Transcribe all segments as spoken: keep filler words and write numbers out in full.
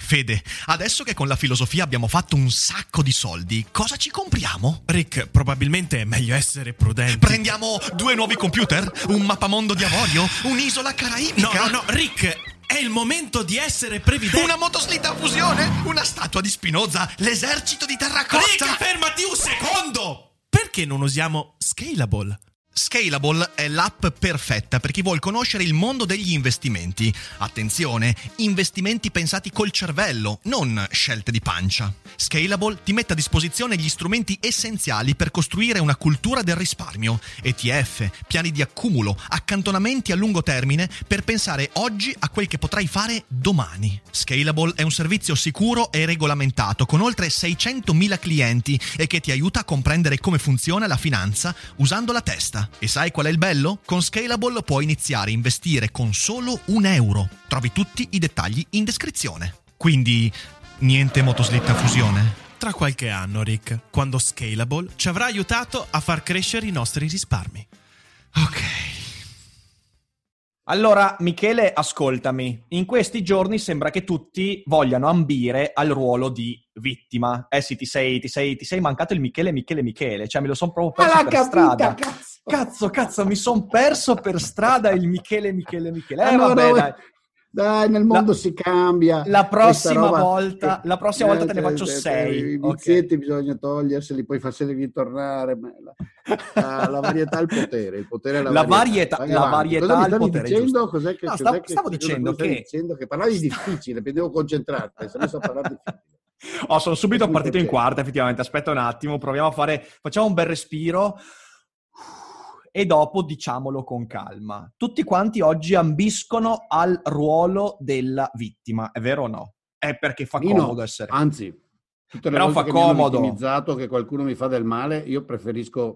Fede, adesso che con la filosofia abbiamo fatto un sacco di soldi, cosa ci compriamo? Rick, probabilmente è meglio essere prudenti. Prendiamo due nuovi computer? Un mappamondo di avorio? Un'isola caraibica? No, no, no, Rick, è il momento di essere previdenti. Una motoslitta a fusione? Una statua di Spinoza? L'esercito di terracotta? Rick, fermati un secondo! Perché non usiamo Scalable? Scalable è l'app perfetta per chi vuol conoscere il mondo degli investimenti. Attenzione, investimenti pensati col cervello, non scelte di pancia. Scalable ti mette a disposizione gli strumenti essenziali per costruire una cultura del risparmio, E T F, piani di accumulo, accantonamenti a lungo termine per pensare oggi a quel che potrai fare domani. Scalable è un servizio sicuro e regolamentato con oltre seicentomila clienti e che ti aiuta a comprendere come funziona la finanza usando la testa. E sai qual è il bello? Con Scalable puoi iniziare a investire con solo un euro. Trovi tutti i dettagli in descrizione. Quindi, niente motoslitta a fusione? Tra qualche anno, Rick, quando Scalable ci avrà aiutato a far crescere i nostri risparmi. Ok. Allora, Michele, ascoltami. In questi giorni sembra che tutti vogliano ambire al ruolo di vittima. Eh sì, ti sei, ti sei, ti sei mancato il Michele, Michele, Michele. Cioè, me lo son proprio perso Ma l'ha per capita, strada. cazzo. Cazzo, cazzo, mi son perso per strada il Michele, Michele, Michele. Eh, Eh, no, vabbè, no, dai. Dai, nel mondo La- si cambia. La prossima Questa roba- volta, la prossima volta te ne Eh, faccio eh, eh, sei. I ok? vizietti bisogna toglierseli, poi farseli ritornare. Ma La, la- la varietà al potere, il potere alla La varietà. varietà- Vai la avanti. varietà Cosa mi al stavi potere, dicendo? giusto. Cos'è che, No, cos'è stavo- che- stavo cosa dicendo mi stavi che- dicendo? Che parlavi di difficile, mi devo concentrare, se no so parlare difficile. Oh, sono subito E qui partito in concetto. quarta, effettivamente. Aspetta un attimo, proviamo a fare... Facciamo un bel respiro e dopo diciamolo con calma. Tutti quanti oggi ambiscono al ruolo della vittima, è vero o no? È perché fa Io no, comodo essere... anzi, tutte le Però volte fa che mi hanno comodo. vittimizzato, che qualcuno mi fa del male, io preferisco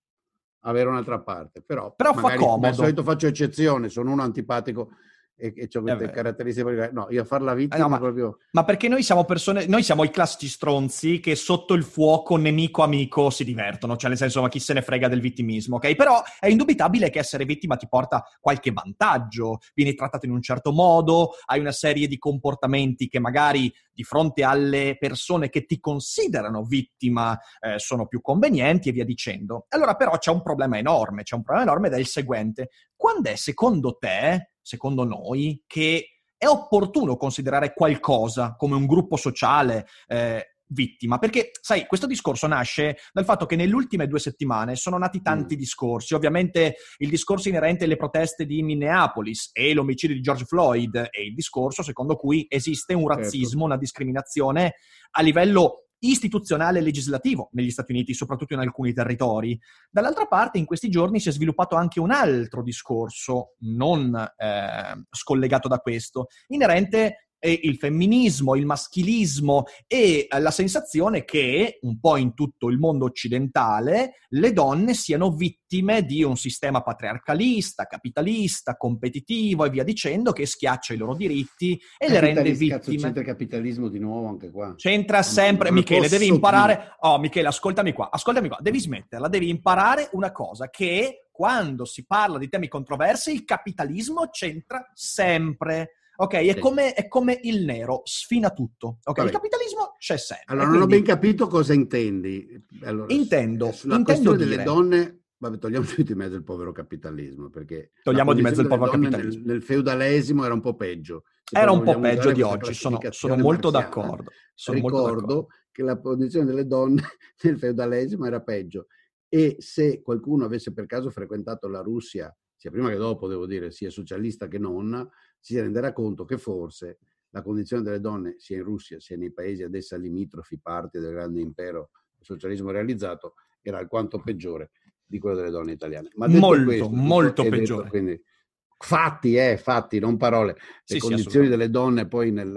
avere un'altra parte. Però, Però fa magari, beh, comodo. al solito faccio eccezione, sono uno antipatico e, e ho È queste vero. caratteristiche particolari. No, io a far la Eh vittima no, ma, proprio... ma perché noi siamo persone, noi siamo i classici stronzi che sotto il fuoco nemico-amico si divertono, cioè nel senso, ma chi se ne frega del vittimismo, ok? Però è indubitabile che essere vittima ti porta qualche vantaggio, vieni trattato in un certo modo, hai una serie di comportamenti che magari di fronte alle persone che ti considerano vittima eh, sono più convenienti e via dicendo. Allora però c'è un problema enorme, c'è un problema enorme ed è il seguente. Quando è secondo te, secondo noi, che è opportuno considerare qualcosa come un gruppo sociale eh, vittima? Perché, sai, questo discorso nasce dal fatto che nelle ultime due settimane sono nati tanti Mm. discorsi. Ovviamente il discorso inerente alle proteste di Minneapolis e l'omicidio di George Floyd e il discorso secondo cui esiste un razzismo, Certo. una discriminazione a livello istituzionale e legislativo negli Stati Uniti, soprattutto in alcuni territori. Dall'altra parte, in questi giorni si è sviluppato anche un altro discorso, non eh, scollegato da questo, inerente eh, il femminismo, il maschilismo e eh, la sensazione che, un po' in tutto il mondo occidentale, le donne siano vittime di un sistema patriarcalista, capitalista, competitivo e via dicendo, che schiaccia i loro diritti e le rende Capitalis- Cazzo, vittime. c'entra il capitalismo di nuovo anche qua. C'entra Ma sempre, non lo Michele, devi posso imparare... dire. Oh, Michele, ascoltami qua, ascoltami qua, devi smetterla, devi imparare una cosa, che quando si parla di temi controversi il capitalismo c'entra sempre, ok? È Sì. come, è come il nero, sfina tutto, ok? Vabbè. Il capitalismo c'è sempre. Allora, e non ho quindi ben capito cosa intendi. Allora, Intendo, sulla intendo questione dire... delle donne, vabbè, togliamo di mezzo il povero capitalismo, perché Togliamo la di mezzo il condizione povero delle donne capitalismo. Nel, nel feudalesimo era un po' peggio. Se Era proprio un po' vogliamo peggio usare di questa oggi, sono, sono classificazione molto marxiana, d'accordo. Sono molto d'accordo. ricordo che la condizione delle donne nel feudalesimo era peggio, e se qualcuno avesse per caso frequentato la Russia, sia prima che dopo, devo dire, sia socialista che non, si renderà conto che forse la condizione delle donne, sia in Russia sia nei paesi ad essa limitrofi, parte del grande impero del socialismo realizzato, era alquanto peggiore di quello delle donne italiane. Ma detto Molto, questo, molto e detto, peggiore. quindi, fatti, eh, fatti, non parole. Le Sì, sì, condizioni assolutamente. delle donne poi nel,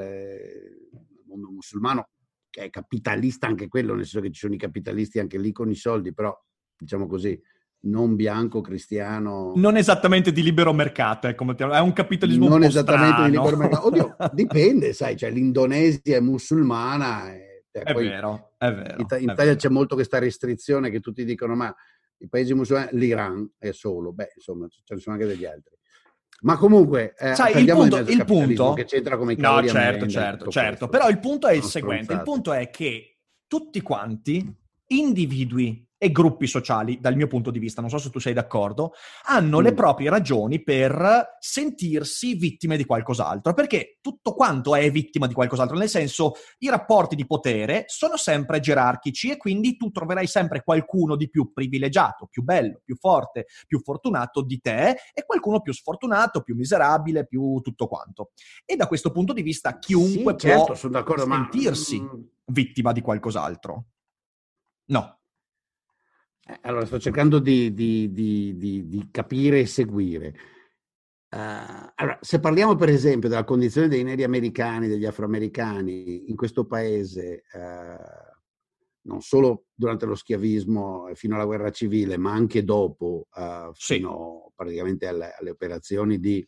nel mondo musulmano, che è capitalista anche quello, nel senso che ci sono i capitalisti anche lì con i soldi, però diciamo così, non bianco, cristiano, Non esattamente di libero mercato, ecco, mettiamo- è un capitalismo non un po' esattamente di strano. libero mercato. Oddio, dipende, sai, cioè l'Indonesia è musulmana, e, cioè, È poi vero, è vero. Ita- in è Italia vero. c'è molto questa restrizione che tutti dicono, ma i paesi musulmani, l'Iran è solo, beh, insomma, ce ne sono anche degli altri. Ma comunque, eh, sai, il punto, il punto che c'entra come i no, cavoli certo, certo, certo, però il punto è il seguente, il punto è che tutti quanti, individui e gruppi sociali, dal mio punto di vista, non so se tu sei d'accordo, hanno mm. le proprie ragioni per sentirsi vittime di qualcos'altro, perché tutto quanto è vittima di qualcos'altro, nel senso, i rapporti di potere sono sempre gerarchici e quindi tu troverai sempre qualcuno di più privilegiato, più bello, più forte, più fortunato di te e qualcuno più sfortunato, più miserabile, più tutto quanto. E da questo punto di vista chiunque sì, certo, può sono d'accordo, sentirsi ma... vittima di qualcos'altro. No. Allora, sto cercando di, di, di, di, di capire e seguire. Uh, allora, se parliamo per esempio della condizione dei neri americani, degli afroamericani in questo paese, uh, non solo durante lo schiavismo fino alla guerra civile, ma anche dopo, uh, fino sì. praticamente alle, alle operazioni di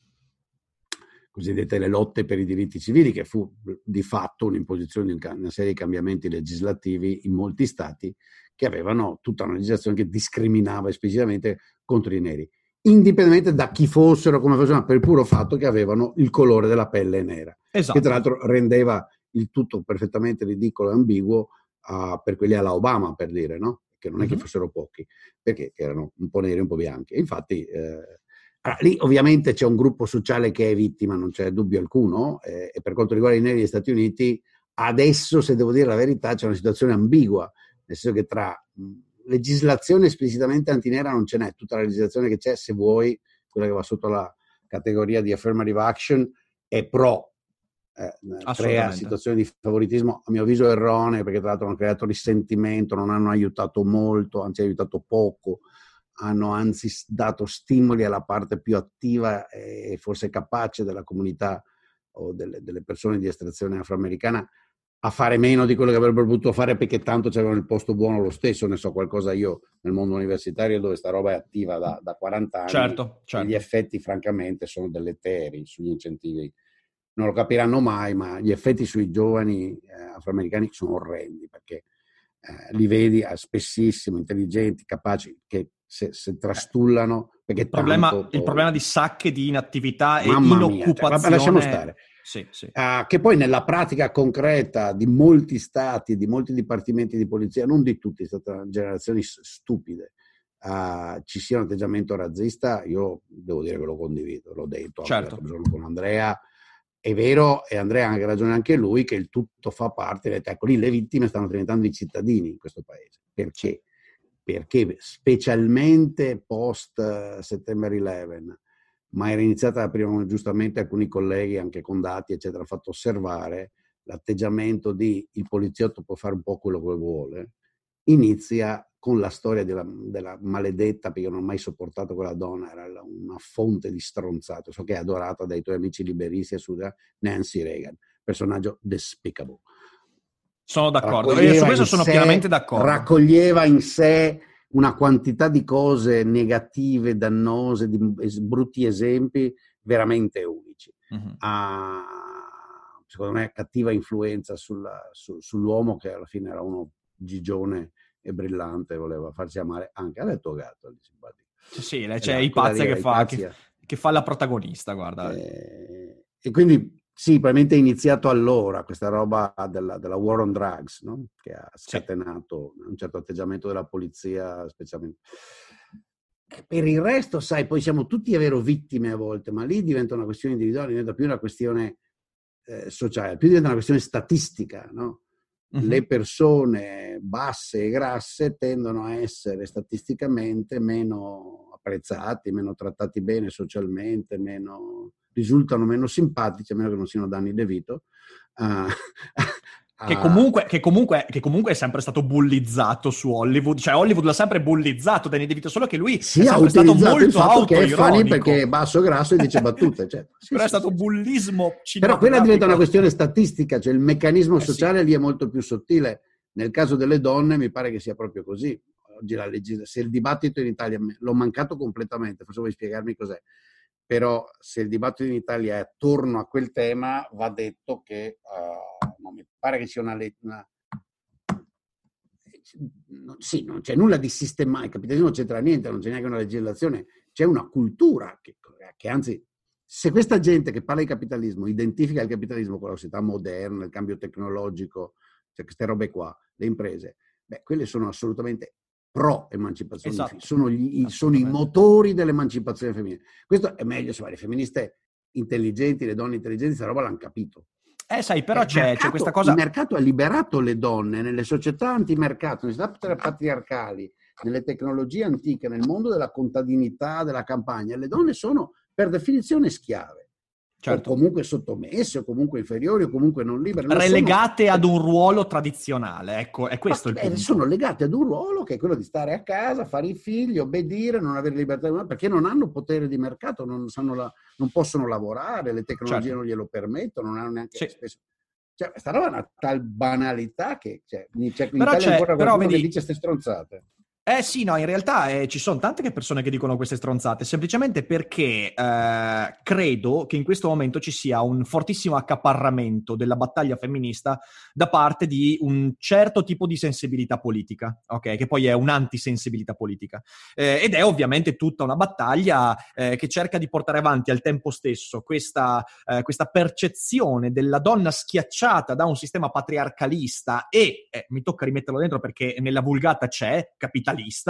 cosiddette le lotte per i diritti civili, che fu di fatto un'imposizione di una serie di cambiamenti legislativi in molti stati che avevano tutta una legislazione che discriminava esplicitamente contro i neri, indipendentemente da chi fossero, come fossero, per il puro fatto che avevano il colore della pelle nera, esatto. Che tra l'altro rendeva il tutto perfettamente ridicolo e ambiguo uh, per quelli alla Obama, per dire, no? Che non è mm-hmm. che fossero pochi, perché erano un po' neri e un po' bianchi. E infatti eh, allora, lì ovviamente c'è un gruppo sociale che è vittima, non c'è dubbio alcuno, eh, e per quanto riguarda i neri degli Stati Uniti, adesso, se devo dire la verità, c'è una situazione ambigua, nel senso che tra mh, legislazione esplicitamente antinera non ce n'è, tutta la legislazione che c'è, se vuoi, quella che va sotto la categoria di affirmative action, è pro, eh, crea situazioni di favoritismo, a mio avviso erronee, perché tra l'altro hanno creato risentimento, non hanno aiutato molto, anzi aiutato poco, hanno anzi dato stimoli alla parte più attiva e forse capace della comunità o delle, delle persone di estrazione afroamericana a fare meno di quello che avrebbero potuto fare, perché tanto c'avevano il posto buono lo stesso. Ne so qualcosa io nel mondo universitario, dove sta roba è attiva da, da quaranta anni, certo, certo. E gli effetti francamente sono deleteri sugli incentivi. Non lo capiranno mai, ma gli effetti sui giovani eh, afroamericani sono orrendi, perché eh, li vedi eh, spessissimo, intelligenti, capaci, che se, se trastullano, perché il problema, tanto, il problema di sacche, di inattività e mamma inoccupazione, mia, cioè, lasciamo stare. Sì, sì. Uh, che poi nella pratica concreta di molti stati, di molti dipartimenti di polizia, non di tutti, sono state generazioni stupide, uh, ci sia un atteggiamento razzista, io devo dire che lo condivido, l'ho detto anche certo. l'altro giorno con Andrea. È vero, e Andrea ha anche ragione anche lui, che il tutto fa parte, ecco lì le vittime stanno diventando i cittadini in questo paese. Perché? Perché specialmente post September eleven, ma era iniziata prima, giustamente alcuni colleghi anche con dati eccetera hanno fatto osservare l'atteggiamento di il poliziotto può fare un po' quello che vuole, inizia con la storia della, della maledetta, perché io non ho mai sopportato quella donna, era una fonte di stronzato, so che è adorata dai tuoi amici liberisti a sud, Nancy Reagan, personaggio despicable. Sono d'accordo, e su questo sono sé, pienamente d'accordo. Raccoglieva in sé una quantità di cose negative, dannose, di brutti esempi veramente unici. Uh-huh. Ha, secondo me, cattiva influenza sulla, su, sull'uomo, che alla fine era uno gigione e brillante, voleva farsi amare anche al tuo gatto. Sì, sì, c'è cioè, Ipazia che fa, che, che fa la protagonista, guarda. E, e quindi sì, probabilmente è iniziato allora questa roba della, della war on drugs, no? Che ha scatenato sì. un certo atteggiamento della polizia, specialmente. Per il resto, sai, poi siamo tutti, è vero, vittime a volte, ma lì diventa una questione individuale, diventa più una questione eh, sociale, più diventa una questione statistica, no? Uh-huh. Le persone basse e grasse tendono a essere statisticamente meno apprezzati, meno trattati bene socialmente, meno, risultano meno simpatici, a meno che non siano Danny DeVito. Uh, Che comunque, che, comunque, che comunque è sempre stato bullizzato su Hollywood, cioè Hollywood l'ha sempre bullizzato Danny DeVito, solo che lui sì, è sempre stato molto il fatto che è funny autoironico, perché è basso grasso e dice battute, cioè, sì, però sì, è stato sì, bullismo cinematografico. Però quella diventa una questione statistica, cioè il meccanismo eh sociale sì. lì è molto più sottile. Nel caso delle donne mi pare che sia proprio così. Oggi la legge, se il dibattito in Italia, l'ho mancato completamente, forse vuoi spiegarmi cos'è, però se il dibattito in Italia è attorno a quel tema, va detto che uh, non mi pare che sia una, una sì, non c'è nulla di sistematico, il capitalismo non c'entra niente, non c'è neanche una legislazione, c'è una cultura che, che anzi Se questa gente che parla di capitalismo identifica il capitalismo con la società moderna, il cambio tecnologico, cioè queste robe qua, le imprese, beh, quelle sono assolutamente pro-emancipazione, Esatto. sono, gli, sono i motori dell'emancipazione femminile. Questo è meglio se va, le femministe intelligenti, le donne intelligenti, questa roba l'hanno capito. Eh, sai, però il c'è, mercato, c'è questa cosa... Il mercato ha liberato le donne nelle società antimercato, nelle società patriarcali, nelle tecnologie antiche, nel mondo della contadinità, della campagna. Le donne sono per definizione schiave, certo, o comunque sottomesse, o comunque inferiori, o comunque non libere. Non relegate sono... ad un ruolo tradizionale, ecco, è questo Ma, il punto. Sono legate ad un ruolo che è quello di stare a casa, fare i figli, obbedire, non avere libertà, perché non hanno potere di mercato, non, sanno la, non possono lavorare, le tecnologie certo. non glielo permettono, non hanno neanche... Sì. Spesso... Cioè, questa roba è una tal banalità che cioè, c'è in però Italia c'è, ancora però qualcuno vedi... che dice ste stronzate. Eh sì, no, in realtà eh, ci sono tante persone che dicono queste stronzate, semplicemente perché eh, credo che in questo momento ci sia un fortissimo accaparramento della battaglia femminista da parte di un certo tipo di sensibilità politica, ok? Che poi è un'antisensibilità politica. Eh, ed è ovviamente tutta una battaglia eh, che cerca di portare avanti al tempo stesso questa, eh, questa percezione della donna schiacciata da un sistema patriarcalista e, eh, mi tocca rimetterlo dentro perché nella vulgata c'è, capitalista,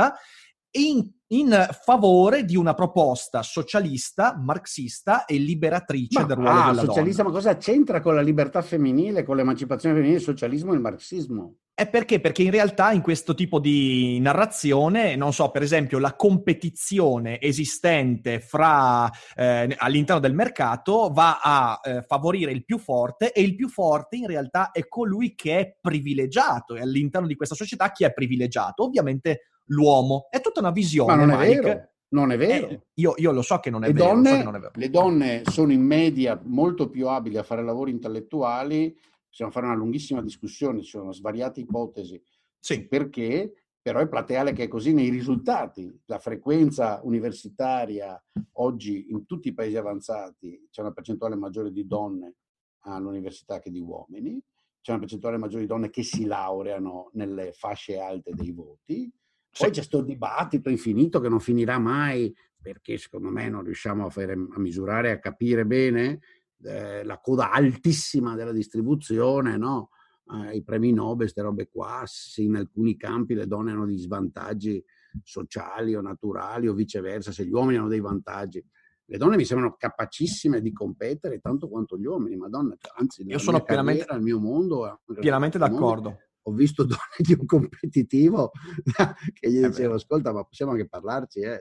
In, in favore di una proposta socialista, marxista e liberatrice ma, del ruolo ah, della socialista, donna. Ma cosa c'entra con la libertà femminile, con l'emancipazione femminile, il socialismo e il marxismo? È perché? Perché in realtà in questo tipo di narrazione, non so, per esempio la competizione esistente fra eh, all'interno del mercato va a eh, favorire il più forte e il più forte in realtà è colui che è privilegiato e all'interno di questa società chi è privilegiato? Ovviamente l'uomo. È tutta una visione, Ma non è Mike. vero, non è vero. Eh, io, io lo so che non è le vero, donne, so che non è vero. Le donne sono in media molto più abili a fare lavori intellettuali, possiamo fare una lunghissima discussione, ci sono svariate ipotesi sì. perché, però è plateale che è così nei risultati. La frequenza universitaria oggi in tutti i paesi avanzati c'è una percentuale maggiore di donne all'università che di uomini, c'è una percentuale maggiore di donne che si laureano nelle fasce alte dei voti. Poi sì. C'è questo dibattito infinito che non finirà mai, perché secondo me non riusciamo a, fare, a misurare, a capire bene eh, la coda altissima della distribuzione, no? Eh, i premi Nobel, queste robe qua, se in alcuni campi le donne hanno degli svantaggi sociali o naturali o viceversa, se gli uomini hanno dei vantaggi. Le donne mi sembrano capacissime di competere tanto quanto gli uomini, madonna, anzi, io sono pienamente, carriera, il mio mondo, pienamente d'accordo. Mondo, ho visto donne di un competitivo che gli dicevo, ascolta, ma possiamo anche parlarci, eh?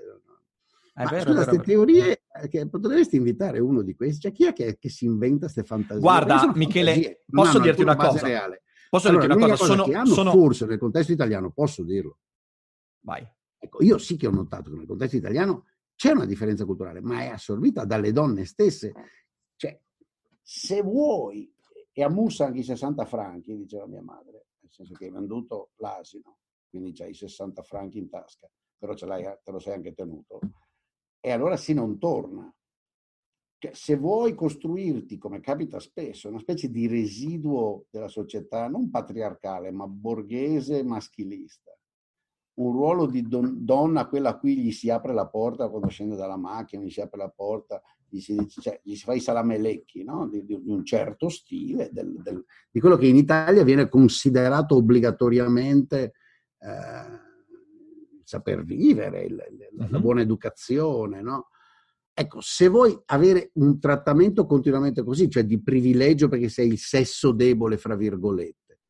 È Ma vero, scusa, è vero, queste teorie, che potresti invitare uno di questi? Cioè, chi è che, che si inventa queste fantasie? Guarda, Michele, fantasie, posso dirti una cosa? Reale. Posso allora, dirti una cosa? cosa Sono, che hanno sono... forse nel contesto italiano, posso dirlo. Vai. Ecco, io sì che ho notato che nel contesto italiano c'è una differenza culturale, ma è assorbita dalle donne stesse. Cioè, se vuoi, e a Mussa anche i sessanta franchi, diceva mia madre, nel senso che hai venduto l'asino, quindi c'hai i sessanta franchi in tasca, però ce l'hai, te lo sei anche tenuto. E allora sì, non torna. Cioè, se vuoi costruirti, come capita spesso, una specie di residuo della società, non patriarcale, ma borghese, maschilista, un ruolo di don- donna, quella a cui gli si apre la porta quando scende dalla macchina, gli si apre la porta, gli si, cioè, gli si fa i salamelecchi, no? di, di un certo stile, del, del, di quello che in Italia viene considerato obbligatoriamente eh, saper vivere, il, il, uh-huh. la buona educazione, no? Ecco, se vuoi avere un trattamento continuamente così, cioè di privilegio perché sei il sesso debole, fra virgolette,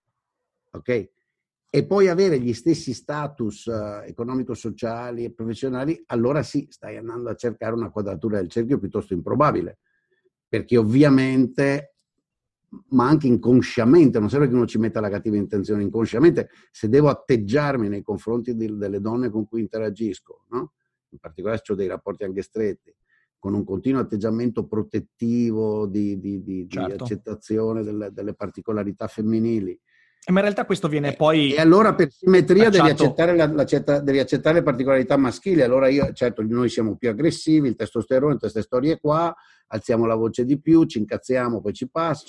ok? E poi avere gli stessi status uh, economico-sociali e professionali, allora sì, stai andando a cercare una quadratura del cerchio piuttosto improbabile, perché ovviamente, ma anche inconsciamente, non serve che uno ci metta la cattiva intenzione, inconsciamente, se devo atteggiarmi nei confronti di, delle donne con cui interagisco, no? In particolare se ho dei rapporti anche stretti, con un continuo atteggiamento protettivo di, di, di, certo. di accettazione delle, delle particolarità femminili. Ma in realtà questo viene e, poi... E allora per simmetria acciato... devi accettare, la, la, devi accettare le particolarità maschili. Allora io, certo, noi siamo più aggressivi, il testosterone, queste storie qua, alziamo la voce di più, ci incazziamo, poi ci passa. Cioè,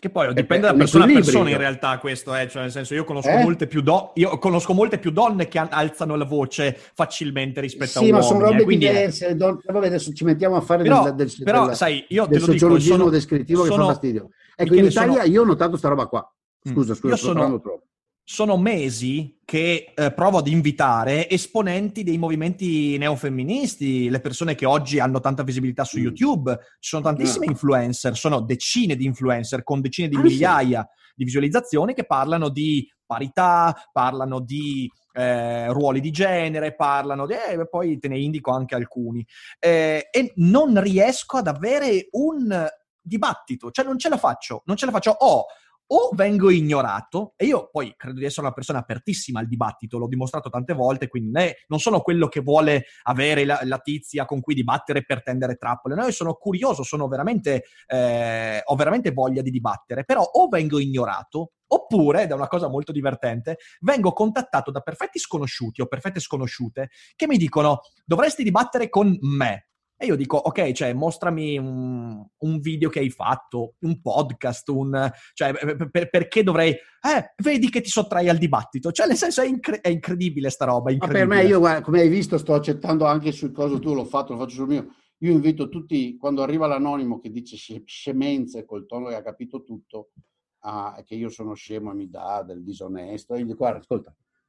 Che poi È- dipende è da un persona a persona in equilibrio. realtà questo, eh? Cioè nel senso io conosco, Eh? molte più do- io conosco molte più donne che an- alzano la voce facilmente rispetto Sì, a ma sono uomini, eh, robe quindi è... diverse. don- Vabbè, adesso ci mettiamo a fare del, Però, del, però del- sai, io te del lo dico, sociologismo sono... descrittivo che fa sono fastidio. Ecco, in Michele, Italia sono... io ho notato sta roba qua. Mm. Scusa, scusa, Io sto parlando sono, troppo. sono mesi che eh, provo ad invitare esponenti dei movimenti neofemministi, le persone che oggi hanno tanta visibilità su Mm. YouTube. Ci sono tantissimi Ah. influencer, sono decine di influencer con decine di Ah, sì. migliaia di visualizzazioni che parlano di parità, parlano di eh, ruoli di genere, parlano di... Eh, poi te ne indico anche alcuni. Eh, e non riesco ad avere un dibattito, cioè non ce la faccio, non ce la faccio. Ho o vengo ignorato, e io poi credo di essere una persona apertissima al dibattito, l'ho dimostrato tante volte, quindi eh, non sono quello che vuole avere la, la tizia con cui dibattere per tendere trappole, no, io sono curioso, sono veramente, eh, ho veramente voglia di dibattere, però o vengo ignorato, oppure, ed è una cosa molto divertente, vengo contattato da perfetti sconosciuti o perfette sconosciute che mi dicono dovresti dibattere con me. E io dico, ok, cioè, mostrami un, un video che hai fatto, un podcast, un, cioè, per, per, perché dovrei... Eh, vedi che ti sottrai al dibattito. Cioè, nel senso, è, incre- è incredibile sta roba, è Ma incredibile. per me, io, guarda, come hai visto, sto accettando anche sul coso, tu l'ho fatto, lo faccio sul mio. Io invito tutti, quando arriva l'anonimo che dice sce- scemenze col tono che ha capito tutto, a, che io sono scemo e mi dà del disonesto, io dico, guarda, ascolta,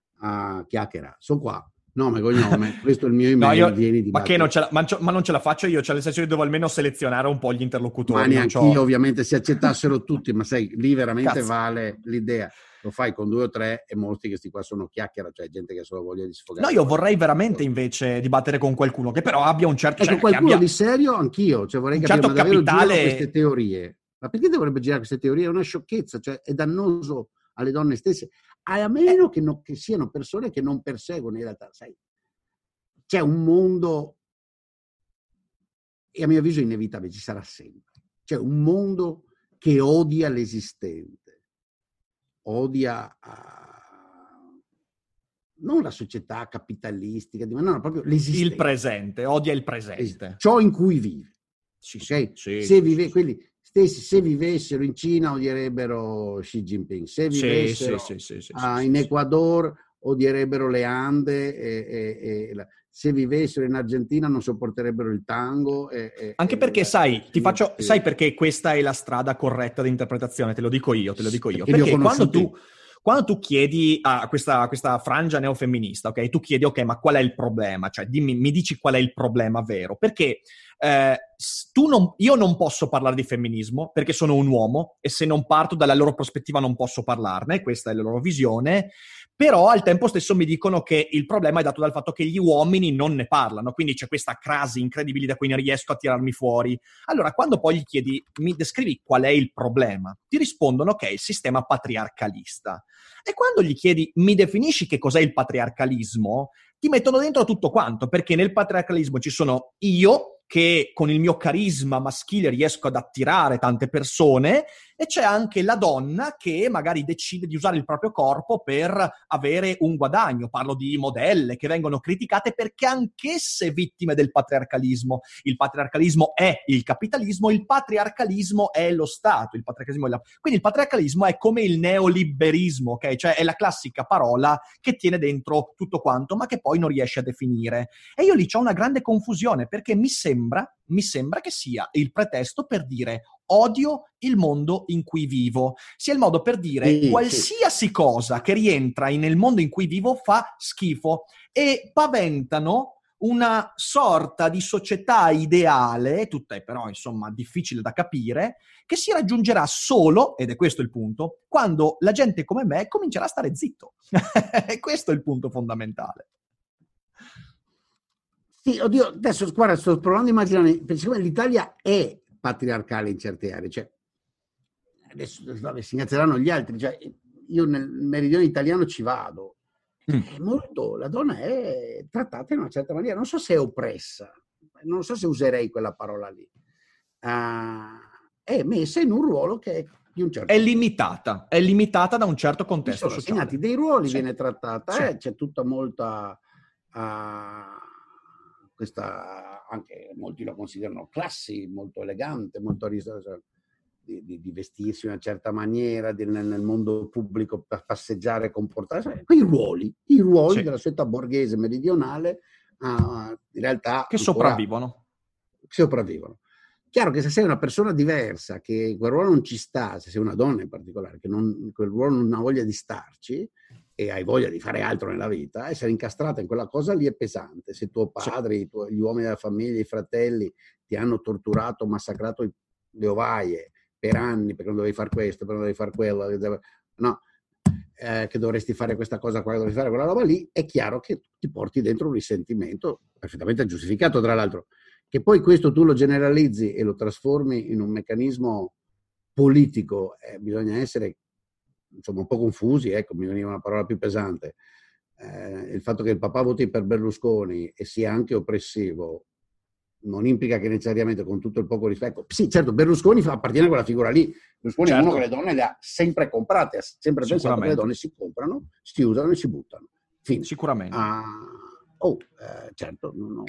a chiacchiera, sono qua. Nome, cognome, questo è il mio email, No, io, vieni di ma che non ce la, ma, ma non ce la faccio io, cioè nel senso io devo almeno selezionare un po' gli interlocutori. Ma Non neanch'io, c'ho... ovviamente, se accettassero tutti, ma sai, lì veramente Cazzo. vale l'idea. Lo fai con due o tre e mostri che sti qua sono chiacchiera, cioè gente che ha solo voglia di sfogare. No, io vorrei veramente invece dibattere con qualcuno che però abbia un certo... Ecco, Cioè, che qualcuno abbia di serio, anch'io, cioè vorrei un capire, certo ma davvero girano capitale... queste teorie? Ma perché dovrebbe girare queste teorie? È una sciocchezza, cioè è dannoso alle donne stesse, a meno che, no, che siano persone che non perseguono in realtà, sai, c'è un mondo, e a mio avviso inevitabile, ci sarà sempre, c'è un mondo che odia l'esistente, odia uh, non la società capitalistica, ma no, proprio l'esistente. Il presente, odia il presente. Ciò in cui vive. Sì, Okay? sì, se, sì, vive, sì, quelli stessi, se vivessero in Cina odierebbero Xi Jinping, se sì, vivessero sì, sì, sì, sì, uh, sì, in sì. Ecuador odierebbero le Ande, e, e, e la, se vivessero in Argentina non sopporterebbero il tango. E, e, Anche e perché, la, sai, ti faccio, sì. sai perché questa è la strada corretta di interpretazione? Te lo dico io, te lo dico io. Perché li ho Perché quando conosciuti. tu, quando tu chiedi a questa, a questa frangia neofemminista, ok? Tu chiedi, ok, ma qual è il problema? Cioè, dimmi, mi dici qual è il problema vero? Perché eh, tu non, io non posso parlare di femminismo perché sono un uomo e se non parto dalla loro prospettiva non posso parlarne, questa è la loro visione. Però al tempo stesso mi dicono che il problema è dato dal fatto che gli uomini non ne parlano, quindi c'è questa crasi incredibile da cui non riesco a tirarmi fuori. Allora, quando poi gli chiedi, mi descrivi qual è il problema, ti rispondono che è il sistema patriarcalista. E quando gli chiedi, mi definisci che cos'è il patriarcalismo, ti mettono dentro tutto quanto, perché nel patriarcalismo ci sono io, che con il mio carisma maschile riesco ad attirare tante persone, e c'è anche la donna che magari decide di usare il proprio corpo per avere un guadagno. Parlo di modelle che vengono criticate perché anch'esse vittime del patriarcalismo. Il patriarcalismo è il capitalismo, il patriarcalismo è lo Stato. Il patriarcalismo è la... Quindi il patriarcalismo è come il neoliberismo, ok? Cioè è la classica parola che tiene dentro tutto quanto, ma che poi non riesce a definire. E io lì c'ho una grande confusione, perché mi sembra, mi sembra che sia il pretesto per dire odio il mondo in cui vivo, sia il modo per dire Sì, qualsiasi sì. cosa che rientra nel mondo in cui vivo fa schifo, e paventano una sorta di società ideale, tutta è però insomma difficile da capire, che si raggiungerà solo, ed è questo il punto, quando la gente come me comincerà a stare zitto. E questo è il punto fondamentale. Sì, oddio, adesso guarda, sto provando a immaginare, perché siccome l'Italia è patriarcale in certe aree, cioè adesso vabbè, si innalzeranno gli altri, cioè io nel meridione italiano ci vado, cioè, è molto, la donna è trattata in una certa maniera, non so se è oppressa, non so se userei quella parola lì, uh, è messa in un ruolo che è di un certo è tipo. limitata, è limitata da un certo contesto sono sociale. assegnati dei ruoli, sì. viene trattata, sì. eh, c'è tutta molta uh, questa, anche molti lo considerano classi, molto elegante, molto riservato. di, di, di vestirsi in una certa maniera, di, nel, nel mondo pubblico passeggiare, comportarsi, quei ruoli, i ruoli sì. della società borghese meridionale uh, in realtà che sopravvivono. sopravvivono. Chiaro che se sei una persona diversa, che quel ruolo non ci sta, se sei una donna in particolare, che non, quel ruolo non ha voglia di starci e hai voglia di fare altro nella vita, essere incastrata in quella cosa lì è pesante. Se tuo padre, sì. i tuoi, gli uomini della famiglia, i fratelli ti hanno torturato, massacrato le ovaie per anni perché non dovevi fare questo, perché non dovevi fare quello, no, eh, che dovresti fare questa cosa qua, che dovresti fare quella roba lì, è chiaro che ti porti dentro un risentimento perfettamente giustificato, tra l'altro. Che poi questo tu lo generalizzi e lo trasformi in un meccanismo politico, eh, bisogna essere insomma un po' confusi, ecco, mi veniva una parola più pesante. Eh, il fatto che il papà voti per Berlusconi e sia anche oppressivo non implica che necessariamente, con tutto il poco rispetto, sì, certo, Berlusconi fa, appartiene a quella figura lì. Berlusconi certo. è uno che le donne le ha sempre comprate, ha sempre pensato che le donne si comprano, si usano e si buttano. Fine. Sicuramente. Ah, oh, eh, certo, no, no,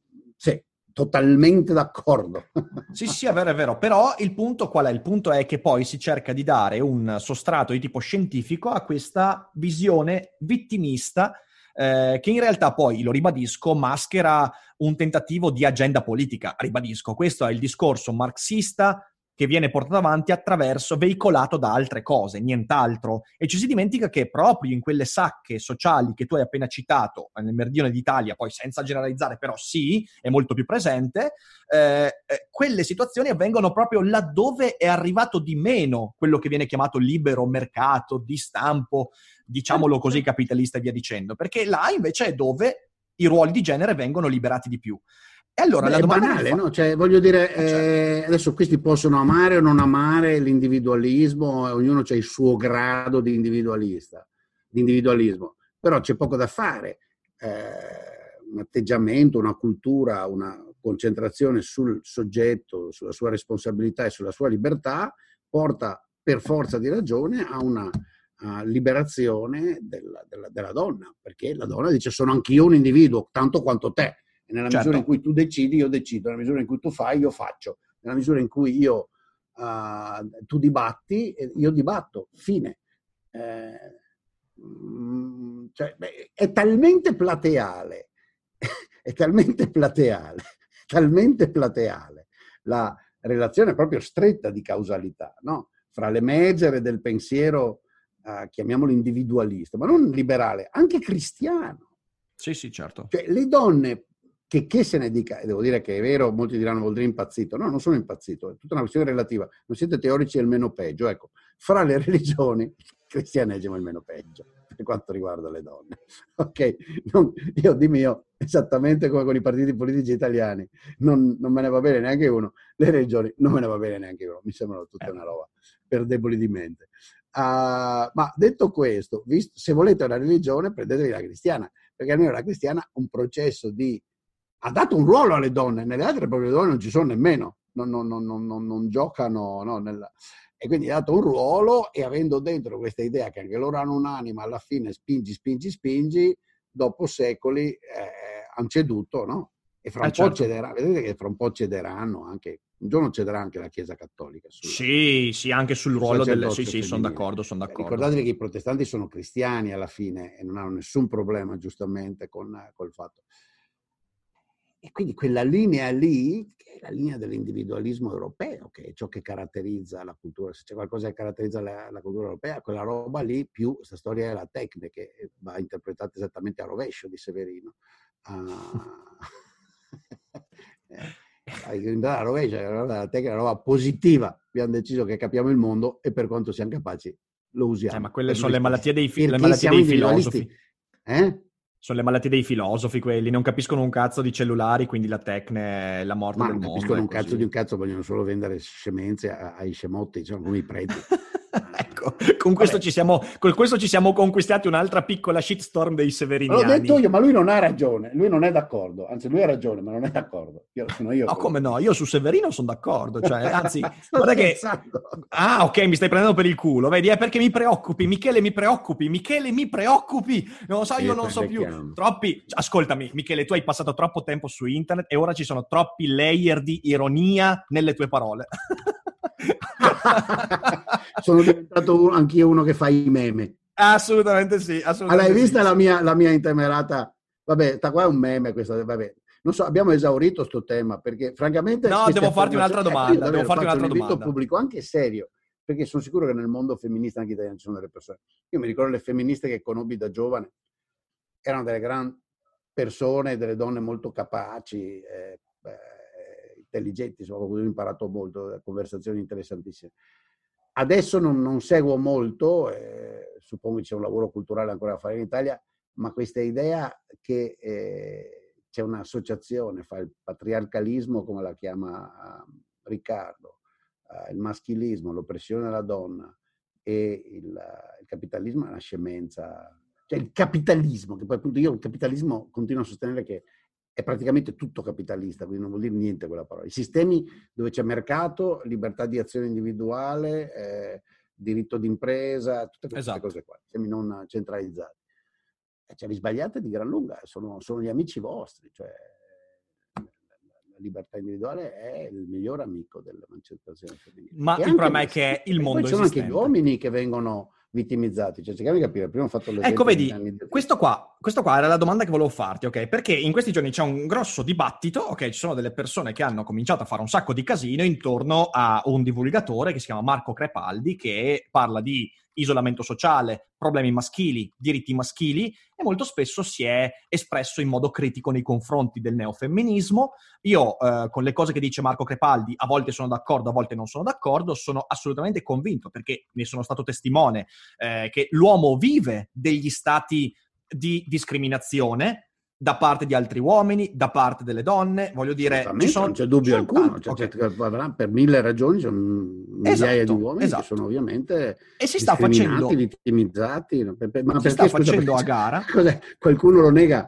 sì. Totalmente d'accordo. Sì, sì, è vero, è vero. Però il punto qual è? Il punto è che poi si cerca di dare un sostrato di tipo scientifico a questa visione vittimista eh, che in realtà poi, lo ribadisco, maschera un tentativo di agenda politica. Ribadisco, questo è il discorso marxista che viene portato avanti attraverso, veicolato da altre cose, nient'altro. E ci si dimentica che proprio in quelle sacche sociali che tu hai appena citato, nel meridione d'Italia, poi senza generalizzare, però sì, è molto più presente, eh, eh, quelle situazioni avvengono proprio laddove è arrivato di meno quello che viene chiamato libero mercato, di stampo, diciamolo così, capitalista e via dicendo. Perché là invece è dove i ruoli di genere vengono liberati di più. E allora Beh, la domanda è banale, fa... no? Cioè, voglio dire, eh, certo. eh, adesso questi possono amare o non amare l'individualismo, ognuno ha il suo grado di individualista, di individualismo, però c'è poco da fare. Eh, un atteggiamento, una cultura, una concentrazione sul soggetto, sulla sua responsabilità e sulla sua libertà porta per forza di ragione a una a liberazione della, della, della donna, perché la donna dice sono anch'io un individuo, tanto quanto te. E nella certo. misura in cui tu decidi, io decido. Nella misura in cui tu fai, io faccio. Nella misura in cui io uh, tu dibatti, io dibatto. Fine. Eh, cioè, beh, è talmente plateale, è talmente plateale, talmente plateale la relazione proprio stretta di causalità, no? Fra l'emergere del pensiero, uh, chiamiamolo individualista, ma non liberale, anche cristiano. Sì, sì, certo. Cioè, le donne, che, che se ne dica, e devo dire che è vero, molti diranno vuol dire impazzito. No, non sono impazzito, è tutta una questione relativa. Non siete teorici, è il meno peggio. Ecco, fra le religioni, il cristianesimo è il meno peggio, per quanto riguarda le donne. Ok? Non, io di mio, esattamente come con i partiti politici italiani, non, non me ne va bene neanche uno. Le religioni non me ne va bene neanche uno. Mi sembrano tutte una roba per deboli di mente. Uh, ma detto questo, visto, se volete una religione, prendetevi la cristiana, perché almeno la cristiana ha un processo di... ha dato un ruolo alle donne, nelle altre proprio le donne non ci sono nemmeno, non, non, non, non, non giocano, no, nella... e quindi ha dato un ruolo, e avendo dentro questa idea che anche loro hanno un'anima, alla fine spingi, spingi, spingi, dopo secoli eh, hanno ceduto, no? E fra un eh, po' certo. cederà, vedete che fra un po' cederanno anche, un giorno cederà anche la Chiesa Cattolica. Sulla, sì, sì, anche sul ruolo del... Sì, sì, sono d'accordo, sono d'accordo. Ricordatevi che i protestanti sono cristiani alla fine e non hanno nessun problema, giustamente, con col fatto. E quindi quella linea lì, che è la linea dell'individualismo europeo, che è ciò che caratterizza la cultura, se c'è qualcosa che caratterizza la, la cultura europea, quella roba lì, più questa storia della tecnica, che va interpretata esattamente a rovescio di Severino. Uh, la rovescia, la tecnica, la roba positiva. Abbiamo deciso che capiamo il mondo e per quanto siamo capaci lo usiamo. Eh, ma quelle sono le malattie dei, fi- le malattie dei filosofi. Eh? Sono le malattie dei filosofi quelli, non capiscono un cazzo di cellulari, quindi la tecne è la morte ma del mondo. Ma non capiscono un cazzo di un cazzo, vogliono solo vendere scemenze ai scemotti, sono come i preti. Ecco, con questo, ci siamo, con questo ci siamo conquistati un'altra piccola shitstorm dei severiniani. L'ho detto io, ma lui non ha ragione, lui non è d'accordo, anzi lui ha ragione, ma non è d'accordo. Io, sono io no, quello. come no? Io su Severino sono d'accordo, cioè, anzi, guarda che... Ah, ok, mi stai prendendo per il culo, vedi? È perché mi preoccupi, Michele, mi preoccupi, Michele, mi preoccupi. Non lo so, io non so più. Troppi... Ascoltami, Michele, tu hai passato troppo tempo su internet e ora ci sono troppi layer di ironia nelle tue parole. Sono diventato un, anch'io uno che fa i meme. Assolutamente sì. Assolutamente allora, hai sì, vista sì. la mia, la mia intemerata? Vabbè, sta qua è un meme questa, vabbè. Non so, abbiamo esaurito sto tema, perché francamente... No, devo farti un'altra domanda, ecco, devo farti un'altra un invito domanda. pubblico anche serio, perché sono sicuro che nel mondo femminista anche italiano ci sono delle persone. Io mi ricordo le femministe che conobbi da giovane, erano delle grandi persone, delle donne molto capaci, eh, eh, intelligenti, insomma, ho imparato molto, conversazioni interessantissime. Adesso non, non seguo molto, eh, suppongo che c'è un lavoro culturale ancora da fare in Italia, ma questa idea che eh, c'è un'associazione fra il patriarcalismo, come la chiama uh, Riccardo, uh, il maschilismo, l'oppressione della donna e il, uh, il capitalismo è una scemenza. Cioè il capitalismo, che poi appunto io il capitalismo continuo a sostenere che è praticamente tutto capitalista, quindi non vuol dire niente quella parola. I sistemi dove c'è mercato, libertà di azione individuale, eh, diritto d'impresa, tutte queste esatto. cose qua, sistemi non centralizzati. E ce li sbagliate di gran lunga, sono, sono gli amici vostri, cioè la libertà individuale è il miglior amico dell'emancipazione femminile. Ma il problema è che il mondo poi ci sono esistente. anche gli uomini che vengono vittimizzati, cioè cerchiamo di capire, prima ho fatto l'esempio. Ecco, vedi, questo qua, questo qua era la domanda che volevo farti, ok? Perché in questi giorni c'è un grosso dibattito, ok? Ci sono delle persone che hanno cominciato a fare un sacco di casino intorno a un divulgatore che si chiama Marco Crepaldi, che parla di isolamento sociale, problemi maschili, diritti maschili, e molto spesso si è espresso in modo critico nei confronti del neofemminismo. Io, eh, con le cose che dice Marco Crepaldi, a volte sono d'accordo, a volte non sono d'accordo, sono assolutamente convinto, perché ne sono stato testimone, eh, che l'uomo vive degli stati di discriminazione da parte di altri uomini, da parte delle donne, voglio dire... Ci sono, non c'è dubbio alcuno, cioè, okay. cioè, per mille ragioni sono migliaia esatto, di uomini esatto. che sono ovviamente e si sta facendo, vittimizzati. Ma si perché, sta scusa, facendo perché, a gara... Cos'è? Qualcuno lo nega?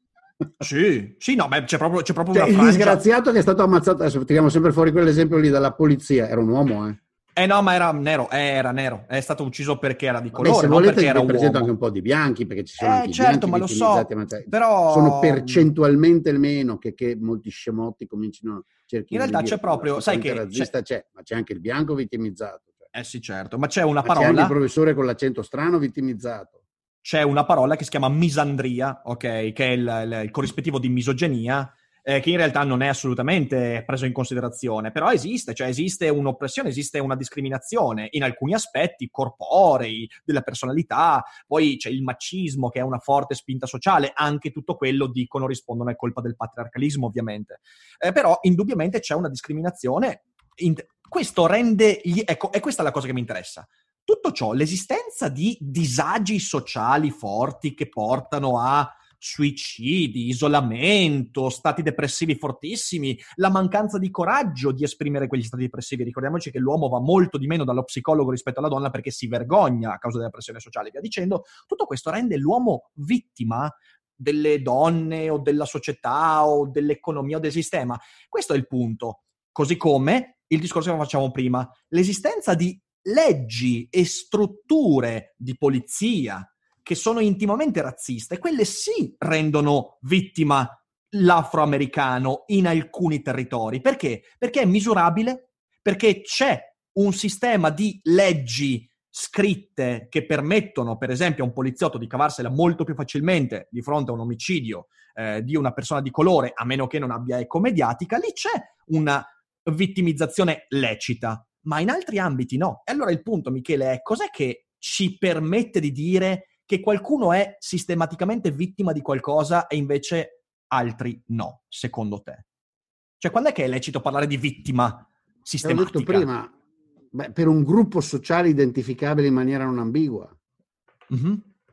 Sì, sì, no, beh, c'è proprio, c'è proprio cioè, una il frangia... disgraziato che è stato ammazzato, adesso tiriamo sempre fuori quell'esempio lì dalla polizia, era un uomo, eh? Eh no, ma era nero, eh, era nero, è stato ucciso perché era di colore, Vabbè, se non volete perché era vi uomo. presento anche un po' di bianchi, perché ci sono eh, anche i certo, bianchi ma lo vittimizzati, so, ma però... sono percentualmente il meno che, che molti scemotti comincino cerchino in realtà di dire, c'è proprio, sai che... razzista c'è... c'è, ma c'è anche il bianco vittimizzato. Cioè. Eh sì, certo, ma c'è una ma parola... c'è anche il professore con l'accento strano vittimizzato. C'è una parola che si chiama misandria, ok? Che è il, il, il corrispettivo di misoginia, eh, che in realtà non è assolutamente preso in considerazione, però esiste, cioè esiste un'oppressione, esiste una discriminazione in alcuni aspetti corporei, della personalità, poi c'è il macismo che è una forte spinta sociale, anche tutto quello dicono rispondono è colpa del patriarcalismo ovviamente, eh, però indubbiamente c'è una discriminazione, in, questo rende, gli, ecco, è questa la cosa che mi interessa. Tutto ciò, l'esistenza di disagi sociali forti che portano a suicidi, isolamento, stati depressivi fortissimi, la mancanza di coraggio di esprimere quegli stati depressivi. Ricordiamoci che l'uomo va molto di meno dallo psicologo rispetto alla donna perché si vergogna a causa della pressione sociale e via dicendo. Tutto questo rende l'uomo vittima delle donne o della società o dell'economia o del sistema. Questo è il punto. Così come il discorso che facciamo prima, l'esistenza di leggi e strutture di polizia che sono intimamente razziste, quelle sì rendono vittima l'afroamericano in alcuni territori. Perché? Perché è misurabile, perché c'è un sistema di leggi scritte che permettono, per esempio, a un poliziotto di cavarsela molto più facilmente di fronte a un omicidio eh, di una persona di colore, a meno che non abbia eco mediatica. Lì c'è una vittimizzazione lecita, ma in altri ambiti no. E allora il punto, Michele, è cos'è che ci permette di dire che qualcuno è sistematicamente vittima di qualcosa e invece altri no, secondo te? Cioè, quando è che è lecito parlare di vittima sistematica? L'ho detto prima, beh, per un gruppo sociale identificabile in maniera non ambigua. Mm-hmm.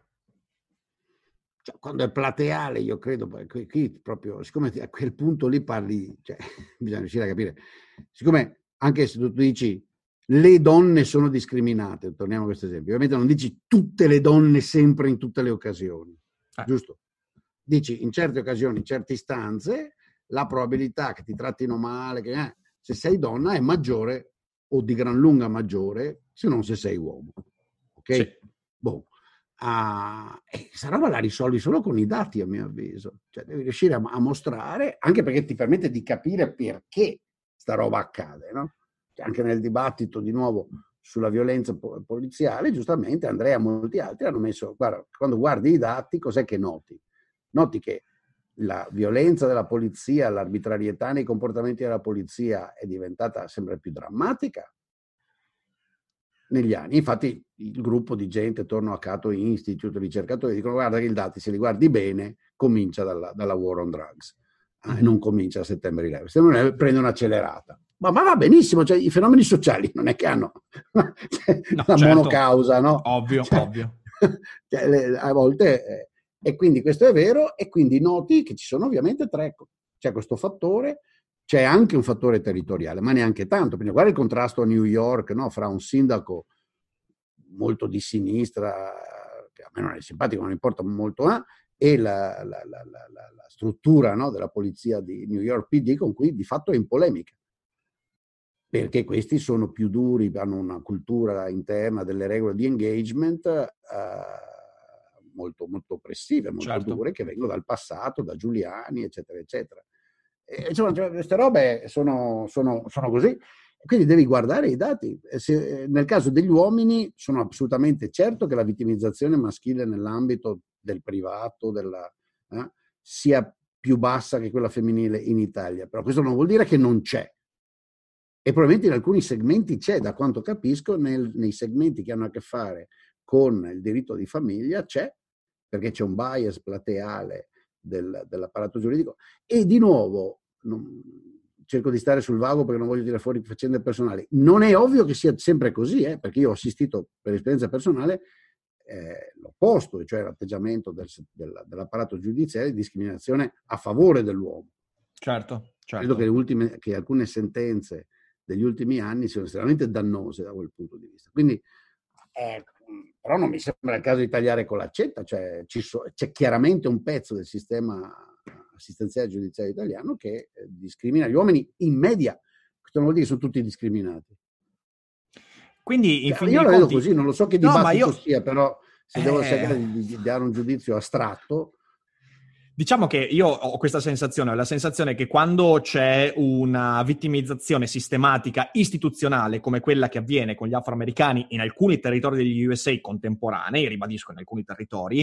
Cioè, quando è plateale, io credo, qui, qui proprio, siccome a quel punto lì parli, cioè, bisogna riuscire a capire, siccome anche se tu dici le donne sono discriminate, torniamo a questo esempio, ovviamente non dici tutte le donne sempre in tutte le occasioni, eh. giusto? Dici in certe occasioni, in certe istanze, la probabilità che ti trattino male, che, eh, se sei donna è maggiore o di gran lunga maggiore se non se sei uomo, ok? Sì. Boh. Ah, e questa roba la risolvi solo con i dati, a mio avviso, cioè devi riuscire a, a mostrare, anche perché ti permette di capire perché sta roba accade, no? anche nel dibattito di nuovo sulla violenza poliziale, giustamente Andrea e molti altri hanno messo, guarda, quando guardi i dati, cos'è che noti? Noti che la violenza della polizia, l'arbitrarietà nei comportamenti della polizia è diventata sempre più drammatica negli anni. Infatti il gruppo di gente, torno a Cato Institute, ricercatori, dicono guarda che i dati, se li guardi bene, comincia dalla, dalla war on drugs, eh, mm-hmm. non comincia a settembre undici. Settembre undici prende un'accelerata. Ma, ma va benissimo, cioè, i fenomeni sociali non è che hanno cioè, no, una certo. monocausa, no? Ovvio, cioè, ovvio. Cioè, le, a volte... Eh, e quindi questo è vero, e quindi noti che ci sono ovviamente tre, c'è questo fattore, c'è anche un fattore territoriale, ma neanche tanto, perché guarda il contrasto a New York, no? Fra un sindaco molto di sinistra, che a me non è simpatico, non importa molto, eh, e la, la, la, la, la struttura, no? Della polizia di New York P D, con cui di fatto è in polemica. Perché questi sono più duri, hanno una cultura interna, delle regole di engagement eh, molto, molto oppressive, molto certo. dure, che vengono dal passato, da Giuliani, eccetera, eccetera. E, insomma, cioè, queste robe sono, sono, sono così. Quindi devi guardare i dati. Se, nel caso degli uomini sono assolutamente certo che la vittimizzazione maschile nell'ambito del privato della, eh, sia più bassa che quella femminile in Italia, però questo non vuol dire che non c'è. E probabilmente in alcuni segmenti c'è, da quanto capisco, nel, nei segmenti che hanno a che fare con il diritto di famiglia c'è, perché c'è un bias plateale del, dell'apparato giuridico. E di nuovo, non, cerco di stare sul vago perché non voglio tirare fuori faccende personali, non è ovvio che sia sempre così, eh, perché io ho assistito per esperienza personale eh, l'opposto, cioè l'atteggiamento del, del, dell'apparato giudiziario di discriminazione a favore dell'uomo. Certo, certo. Credo che, le ultime, che alcune sentenze degli ultimi anni siano estremamente dannose da quel punto di vista. Quindi, eh, però non mi sembra il caso di tagliare con l'accetta, cioè ci so, c'è chiaramente un pezzo del sistema assistenziale giudiziario italiano che eh, discrimina gli uomini in media. Questo non vuol dire che sono tutti discriminati. Quindi, in cioè, fin io dei la conti... vedo così, non lo so che no, dibattito io... sia, però se eh... devo cercare di, di dare un giudizio astratto, diciamo che io ho questa sensazione, ho la sensazione che quando c'è una vittimizzazione sistematica istituzionale come quella che avviene con gli afroamericani in alcuni territori degli U S A contemporanei, ribadisco in alcuni territori,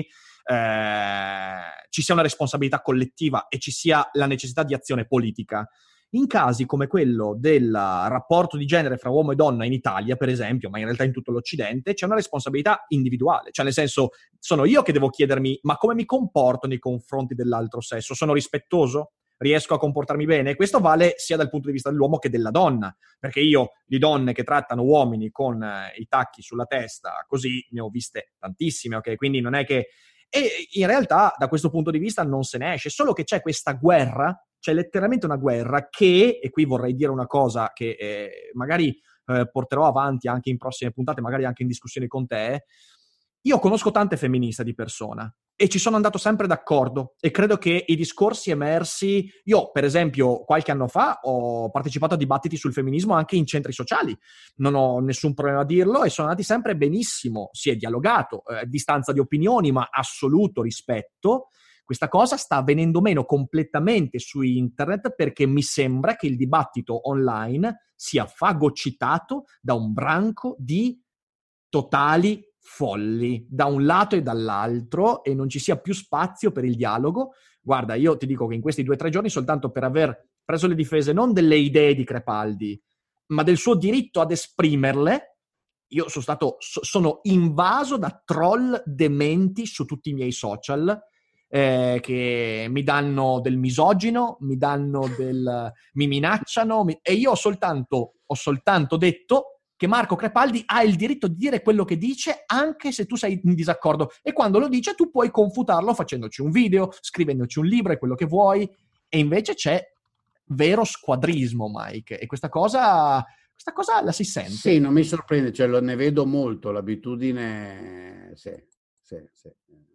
eh, ci sia una responsabilità collettiva e ci sia la necessità di azione politica. In casi come quello del rapporto di genere fra uomo e donna in Italia, per esempio, ma in realtà in tutto l'Occidente, c'è una responsabilità individuale. Cioè, nel senso, sono io che devo chiedermi, ma come mi comporto nei confronti dell'altro sesso? Sono rispettoso? Riesco a comportarmi bene? Questo vale sia dal punto di vista dell'uomo che della donna, perché io di donne che trattano uomini con eh, i tacchi sulla testa, così, ne ho viste tantissime, ok? Quindi non è che... E in realtà, da questo punto di vista, non se ne esce, solo che c'è questa guerra. C'è letteralmente una guerra che, e qui vorrei dire una cosa che eh, magari eh, porterò avanti anche in prossime puntate, magari anche in discussione con te. Io conosco tante femministe di persona e ci sono andato sempre d'accordo e credo che i discorsi emersi... Io, per esempio, qualche anno fa ho partecipato a dibattiti sul femminismo anche in centri sociali. Non ho nessun problema a dirlo e sono andati sempre benissimo. Si è dialogato, eh, distanza di opinioni, ma assoluto rispetto. Questa cosa sta avvenendo meno completamente su internet perché mi sembra che il dibattito online sia fagocitato da un branco di totali folli, da un lato e dall'altro, e non ci sia più spazio per il dialogo. Guarda, io ti dico che in questi due o tre giorni, soltanto per aver preso le difese non delle idee di Crepaldi, ma del suo diritto ad esprimerle, io sono stato, sono invaso da troll dementi su tutti i miei social, Eh, che mi danno del misogino, mi danno del... mi minacciano, mi, e io ho soltanto, ho soltanto detto che Marco Crepaldi ha il diritto di dire quello che dice anche se tu sei in disaccordo, e quando lo dice tu puoi confutarlo facendoci un video, scrivendoci un libro e quello che vuoi, e invece c'è vero squadrismo, Mike, e questa cosa, questa cosa la si sente. Sì, non mi sorprende, cioè lo, ne vedo molto, l'abitudine, sì, sì, sì.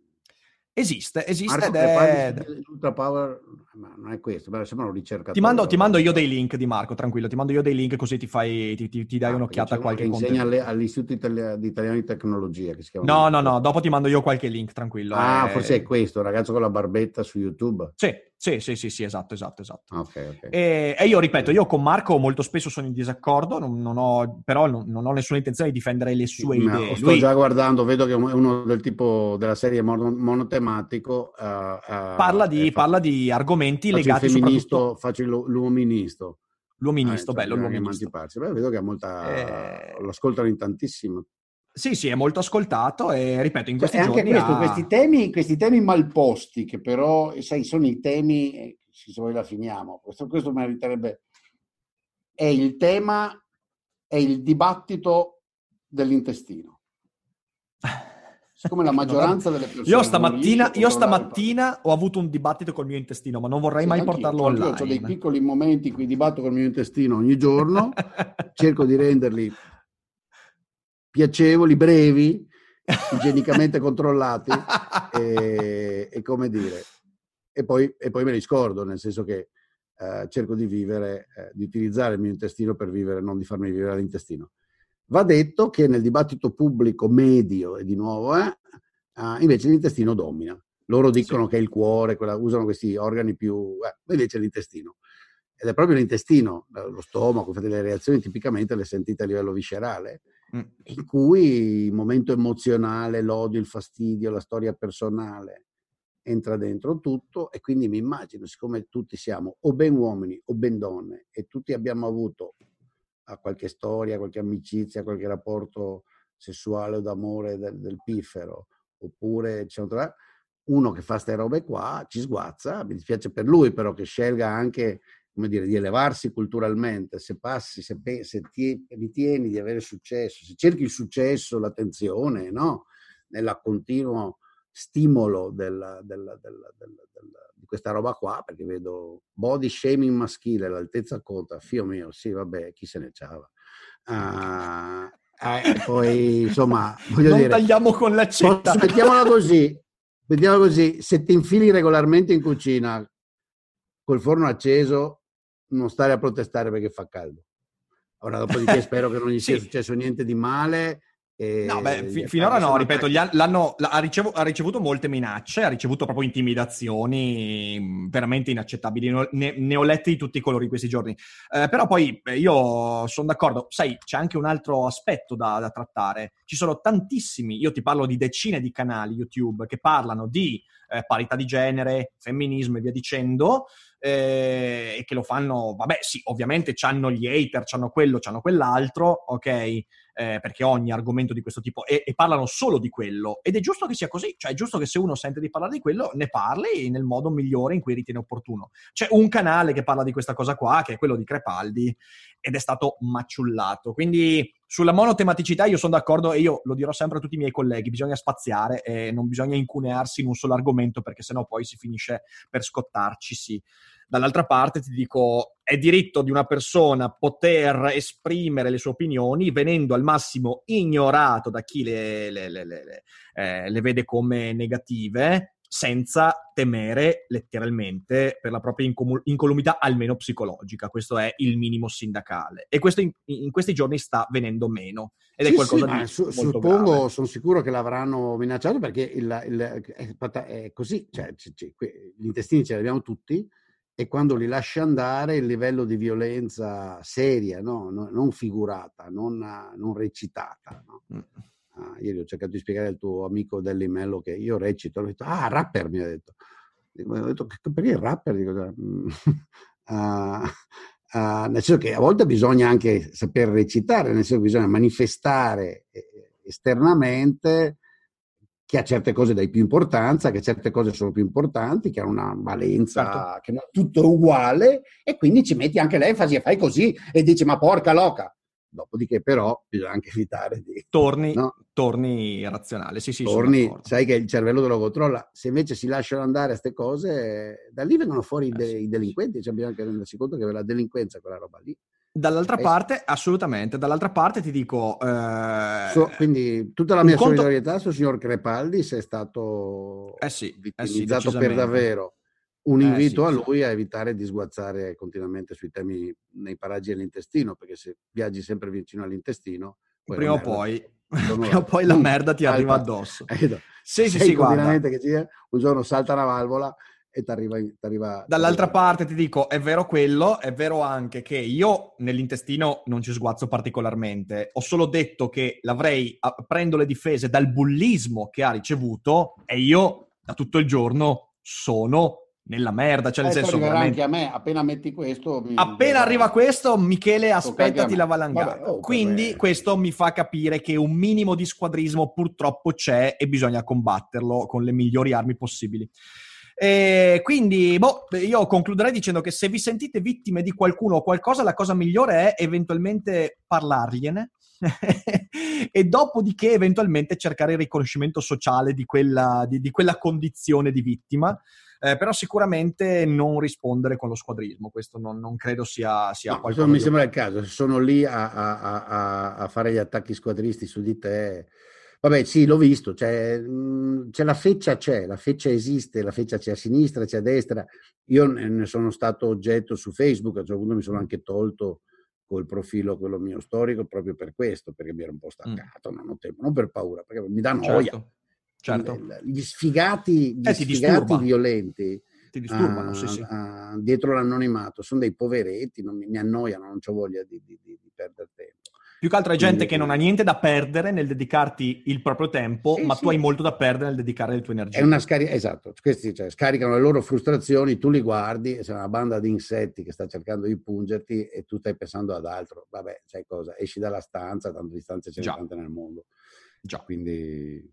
Esiste, esiste Marco ed è... Ultra Power, ma non è questo, ma sembrano ricercatori. Ti mando, ti mando io dei link di Marco, tranquillo, ti mando io dei link così ti fai, ti, ti, ti dai ah, un'occhiata a qualche contenuto. Insegna alle, all'Istituto Italia, di Italiano di Tecnologia, che si chiama... No, no, no, dopo ti mando io qualche link, tranquillo. Ah, è... forse è questo, ragazzo con la barbetta su YouTube. Sì, Sì, sì, sì, sì, esatto, esatto, esatto. Ok, ok. E, e io ripeto, io con Marco molto spesso sono in disaccordo, non, non ho, però non, non ho nessuna intenzione di difendere le Sì, sue ma idee. sto Lui già guardando, vedo che è uno del tipo della serie mono- monotematico. Uh, uh, parla di, fa- parla di argomenti faccio il legati soprattutto femministo, faccio il- l'uoministo. Ah, all'uoministo, cioè bello bisogna l'uoministo. emanciparsi. Beh, vedo che ha molta... Eh, lo ascoltano in tantissimo. sì, sì, è molto ascoltato e ripeto, in Cioè, questi è anche giorni questo, questi ha... temi, questi temi malposti, che però, sai, sono i temi, eh, se poi la finiamo, questo, questo meriterebbe, è il tema, è il dibattito dell'intestino. Siccome la Non ho- maggioranza delle Io persone non riesce a stamattina, io controllare il proprio... stamattina ho avuto un dibattito col mio intestino, ma non vorrei Sì, mai anch'io, portarlo cioè, anch'io ho dei online. piccoli momenti in cui dibatto col mio intestino ogni giorno, cerco di renderli piacevoli, brevi, igienicamente controllati e, e come dire, e poi, e poi me li scordo, nel senso che eh, cerco di vivere, eh, di utilizzare il mio intestino per vivere, non di farmi vivere all'intestino. Va detto che nel dibattito pubblico medio, e di nuovo, eh, eh, invece l'intestino domina. Loro dicono Sì. che è il cuore, quella, usano questi organi più... Eh, invece l'intestino. Ed è proprio l'intestino, lo stomaco, fate le reazioni tipicamente le sentite a livello viscerale, Mm. in cui il momento emozionale, l'odio, il fastidio, la storia personale entra dentro tutto, e quindi mi immagino, siccome tutti siamo o ben uomini o ben donne e tutti abbiamo avuto a qualche storia, qualche amicizia, qualche rapporto sessuale o d'amore del, del piffero, oppure diciamo, uno che fa queste robe qua ci sguazza. Mi dispiace per lui però che scelga anche, come dire, di elevarsi culturalmente. Se passi, se, se ti, ritieni di avere successo, se cerchi il successo, l'attenzione, no? Nel continuo stimolo della, della, della, della, della, di questa roba qua, perché vedo body shaming maschile, l'altezza conta, fio mio, sì, vabbè, chi se ne ciava. Uh, eh, poi, insomma, voglio Non dire, tagliamo con l'accetta. posso, mettiamola così, mettiamola così, se ti infili regolarmente in cucina col forno acceso, non stare a protestare perché fa caldo. Ora, dopodiché spero che non gli sia Sì. successo niente di male. No, beh, E fi- gli finora attacchi no, sono ripeto, gli attacchi. han- l'hanno, l'ha- ha, ricevu- ha ricevuto molte minacce, ha ricevuto proprio intimidazioni mh, veramente inaccettabili, ne, ne- ne ho lette di tutti i colori questi giorni. Eh, però poi eh, io sono d'accordo, sai, c'è anche un altro aspetto da, da trattare. Ci sono tantissimi, io ti parlo di decine di canali YouTube che parlano di eh, parità di genere, femminismo e via dicendo, eh, e che lo fanno, vabbè sì, ovviamente c'hanno gli hater, c'hanno quello, c'hanno quell'altro, ok? Eh, perché ogni argomento di questo tipo e, e parlano solo di quello, ed è giusto che sia così, cioè è giusto che se uno sente di parlare di quello ne parli nel modo migliore in cui ritiene opportuno. C'è un canale che parla di questa cosa qua, che è quello di Crepaldi, ed è stato maciullato, quindi sulla monotematicità io sono d'accordo, e io lo dirò sempre a tutti i miei colleghi: bisogna spaziare e non bisogna incunearsi in un solo argomento, perché sennò poi si finisce per scottarci, sì. Dall'altra parte ti dico, è diritto di una persona poter esprimere le sue opinioni venendo al massimo ignorato da chi le, le, le, le, eh, le vede come negative, senza temere letteralmente per la propria incomu- incolumità, almeno psicologica. Questo è il minimo sindacale, e questo in, in questi giorni sta venendo meno, ed è Sì, qualcosa sì, di ma su, molto suppongo, grave. sono sicuro che l'avranno minacciato, perché il, il, è, è così, cioè, c- c- gli intestini ce li abbiamo tutti, e quando li lasci andare il livello di violenza seria, no? No, non figurata, non, non recitata. No? Mm. Ah, ieri ho cercato di spiegare al tuo amico Dellimello che io recito, ho detto, ah, rapper, mi ha detto. Ho detto, perché il rapper? Dico, uh, uh, nel senso che a volte bisogna anche saper recitare, nel senso che bisogna manifestare esternamente che a certe cose dai più importanza, che certe cose sono più importanti, che hanno una valenza, Certo. che non è tutto uguale, e quindi ci metti anche l'enfasi e fai così e dici ma porca loca. Dopodiché però bisogna anche evitare di... Torni, no? torni razionale, sì sì, sono Torni, d'accordo. sai che il cervello te lo controlla. Se invece si lasciano andare a queste cose, da lì vengono fuori Eh, de- sì, i delinquenti, cioè bisogna anche rendersi conto che la delinquenza è quella roba lì. Dall'altra Eh sì. parte, assolutamente, dall'altra parte ti dico, eh, So, quindi tutta la un mia conto... solidarietà sul signor Crepaldi, se è stato Eh sì, eh sì, vittimizzato per decisamente. davvero. Un Eh invito sì, a sì. lui a evitare di sguazzare continuamente sui temi nei paraggi dell'intestino, perché se viaggi sempre vicino all'intestino, poi la Prima o merda poi, un giorno prima o l'altro, poi la boom, merda ti arriva salta. addosso. Hai capito? Sì, sì, Sei sì, guarda. continuamente che gira, un giorno salta una valvola e ti arriva... Dall'altra parte ti dico, è vero quello, è vero anche che io nell'intestino non ci sguazzo particolarmente, ho solo detto che l'avrei, prendo le difese dal bullismo che ha ricevuto e io da tutto il giorno sono nella merda, cioè nel eh, senso veramente... anche a me, appena metti questo... Mi... Appena arriva questo, Michele, aspettati la valangata. Vabbè, oh, Quindi questo mi fa capire che un minimo di squadrismo purtroppo c'è e bisogna combatterlo con le migliori armi possibili. E quindi, boh, io concluderei dicendo che se vi sentite vittime di qualcuno o qualcosa, la cosa migliore è eventualmente parlargliene e dopodiché eventualmente cercare il riconoscimento sociale di quella, di, di quella condizione di vittima. Eh, però sicuramente non rispondere con lo squadrismo, questo non, non credo sia, sia no, qualcosa. Non mi sembra il caso, se sono lì a, a, a, a fare gli attacchi squadristi su di te. Vabbè, sì, l'ho visto, c'è, c'è la feccia, c'è, la feccia esiste, la feccia c'è a sinistra, c'è a destra. Io ne sono stato oggetto su Facebook, a un certo punto mi sono anche tolto col profilo, quello mio storico, proprio per questo, perché mi ero un po' stancato, mm. non ho tempo, non per paura, perché mi dà noia. Certo. Certo. Gli sfigati, gli eh, sfigati violenti ti disturbano, uh, sì, sì. Uh, dietro l'anonimato sono dei poveretti, non mi, mi annoiano, non c'ho voglia di, di, di, di perdere tempo. Più che altro è gente Quindi, che non ha niente da perdere nel dedicarti il proprio tempo, sì, ma sì. tu hai molto da perdere nel dedicare le tue energie. È una scarica, esatto, questi cioè, scaricano le loro frustrazioni, tu li guardi, c'è una banda di insetti che sta cercando di pungerti e tu stai pensando ad altro. Vabbè, sai cosa? Esci dalla stanza, tanto di stanze ce ne tante nel mondo. Già. Quindi...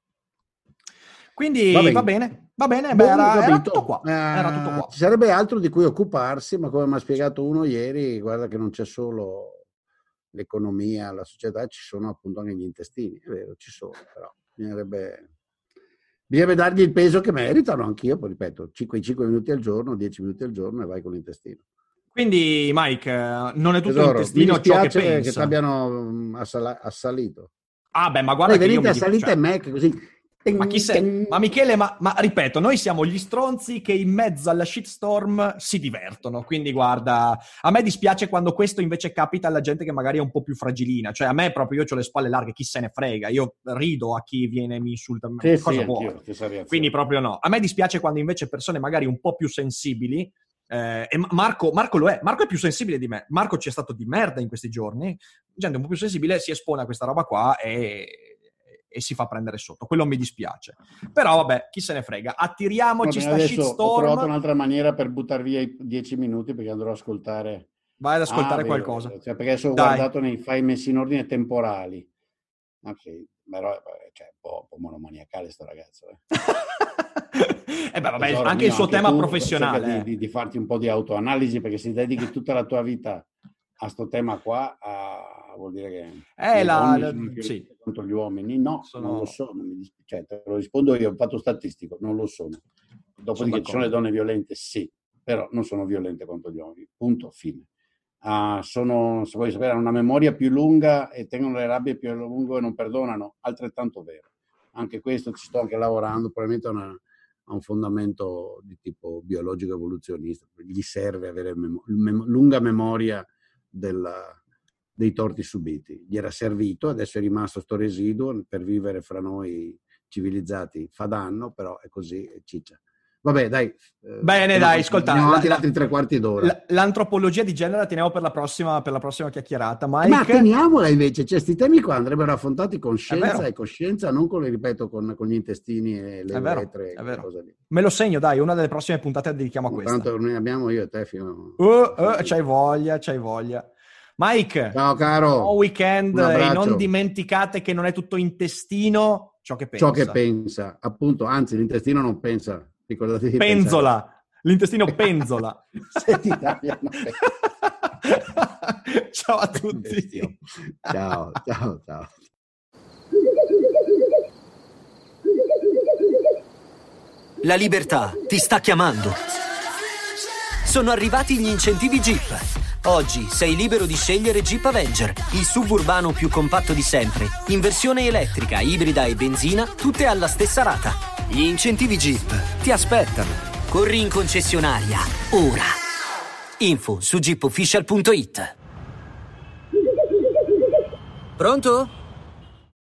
Quindi va bene, va bene, va bene beh, era, era tutto qua. Eh, era tutto qua. Ci sarebbe altro di cui occuparsi, ma come mi ha spiegato uno ieri, guarda che non c'è solo l'economia, la società, ci sono appunto anche gli intestini. È vero, ci sono, però bisognerebbe, bisognerebbe dargli il peso che meritano, anch'io, poi ripeto, quei cinque minuti al giorno, dieci minuti al giorno e vai con l'intestino. Quindi, Mike, non è tutto Tesoro, l'intestino ciò che pensa. Che ti abbiano assala- assalito. Ah, beh, ma guarda Poi che io mi assalite cioè... Mac così. Ma chi sei? Ma Michele, ma, ma ripeto, noi siamo gli stronzi che in mezzo alla shitstorm si divertono, quindi guarda, a me dispiace quando questo invece capita alla gente che magari è un po' più fragilina, cioè a me proprio, io ho le spalle larghe, chi se ne frega, io rido a chi viene e mi insulta, sì, cosa sì, vuoi, quindi proprio no. A me dispiace quando invece persone magari un po' più sensibili, eh, e Marco, Marco lo è, Marco è più sensibile di me, Marco ci è stato di merda in questi giorni, gente un po' più sensibile si espone a questa roba qua e... e si fa prendere sotto, quello mi dispiace, però vabbè, chi se ne frega, attiriamoci sta shitstorm. Ho trovato un'altra maniera per buttar via i dieci minuti, perché andrò a ascoltare vai ad ascoltare ah, qualcosa, cioè, perché adesso ho Dai. guardato nei file messi in ordine temporali, ok, però cioè, un po', un po' monomaniacale sto ragazzo, eh. eh beh, vabbè, Tesoro anche mio, il suo anche tema tu, professionale di, di, di farti un po' di autoanalisi, perché se dedichi tutta la tua vita a sto tema qua, a, vuol dire che eh, la, la, sì. contro gli uomini, no, sono... non lo sono, mi dis- cioè, te lo rispondo io, ho fatto statistico, non lo sono. Dopodiché sono ci sono le donne violente, sì, però non sono violente contro gli uomini, punto, fine. Uh, sono, se vuoi sapere, hanno una memoria più lunga e tengono le rabbie più a lungo e non perdonano, altrettanto vero. Anche questo ci sto anche lavorando, probabilmente ha una ha un fondamento di tipo biologico evoluzionista, gli serve avere mem- mem- lunga memoria della, dei torti subiti. Gli era servito, adesso è rimasto sto residuo per vivere fra noi civilizzati, fa danno, però è così, è ciccia. Vabbè, dai. Bene, eh, dai, ascolta. Andiamo avanti altri tre quarti d'ora. L'antropologia di genere la teniamo per la prossima, per la prossima chiacchierata. Mike... Ma teniamola invece, cioè sti temi qua andrebbero affrontati con scienza e coscienza, non con, ripeto, con, con gli intestini e le uretre. È vero. Cosa lì. Me lo segno, dai, una delle prossime puntate la dedichiamo a questa. Tanto noi abbiamo io e te fino... Uh, uh, c'hai voglia, c'hai voglia. Mike, ciao caro. buon weekend e non dimenticate che non è tutto intestino ciò che pensa. Ciò che pensa, appunto, anzi l'intestino non pensa. Ricordatevi penzola, pensare. L'intestino penzola. Se ti tagliano. Ciao a tutti. Ciao, ciao, ciao. La libertà ti sta chiamando. Sono arrivati gli incentivi Jeep. Oggi sei libero di scegliere Jeep Avenger, il suburbano più compatto di sempre, in versione elettrica, ibrida e benzina, tutte alla stessa rata. Gli incentivi Jeep ti aspettano. Corri in concessionaria, ora. Info su jeep official punto it. Pronto?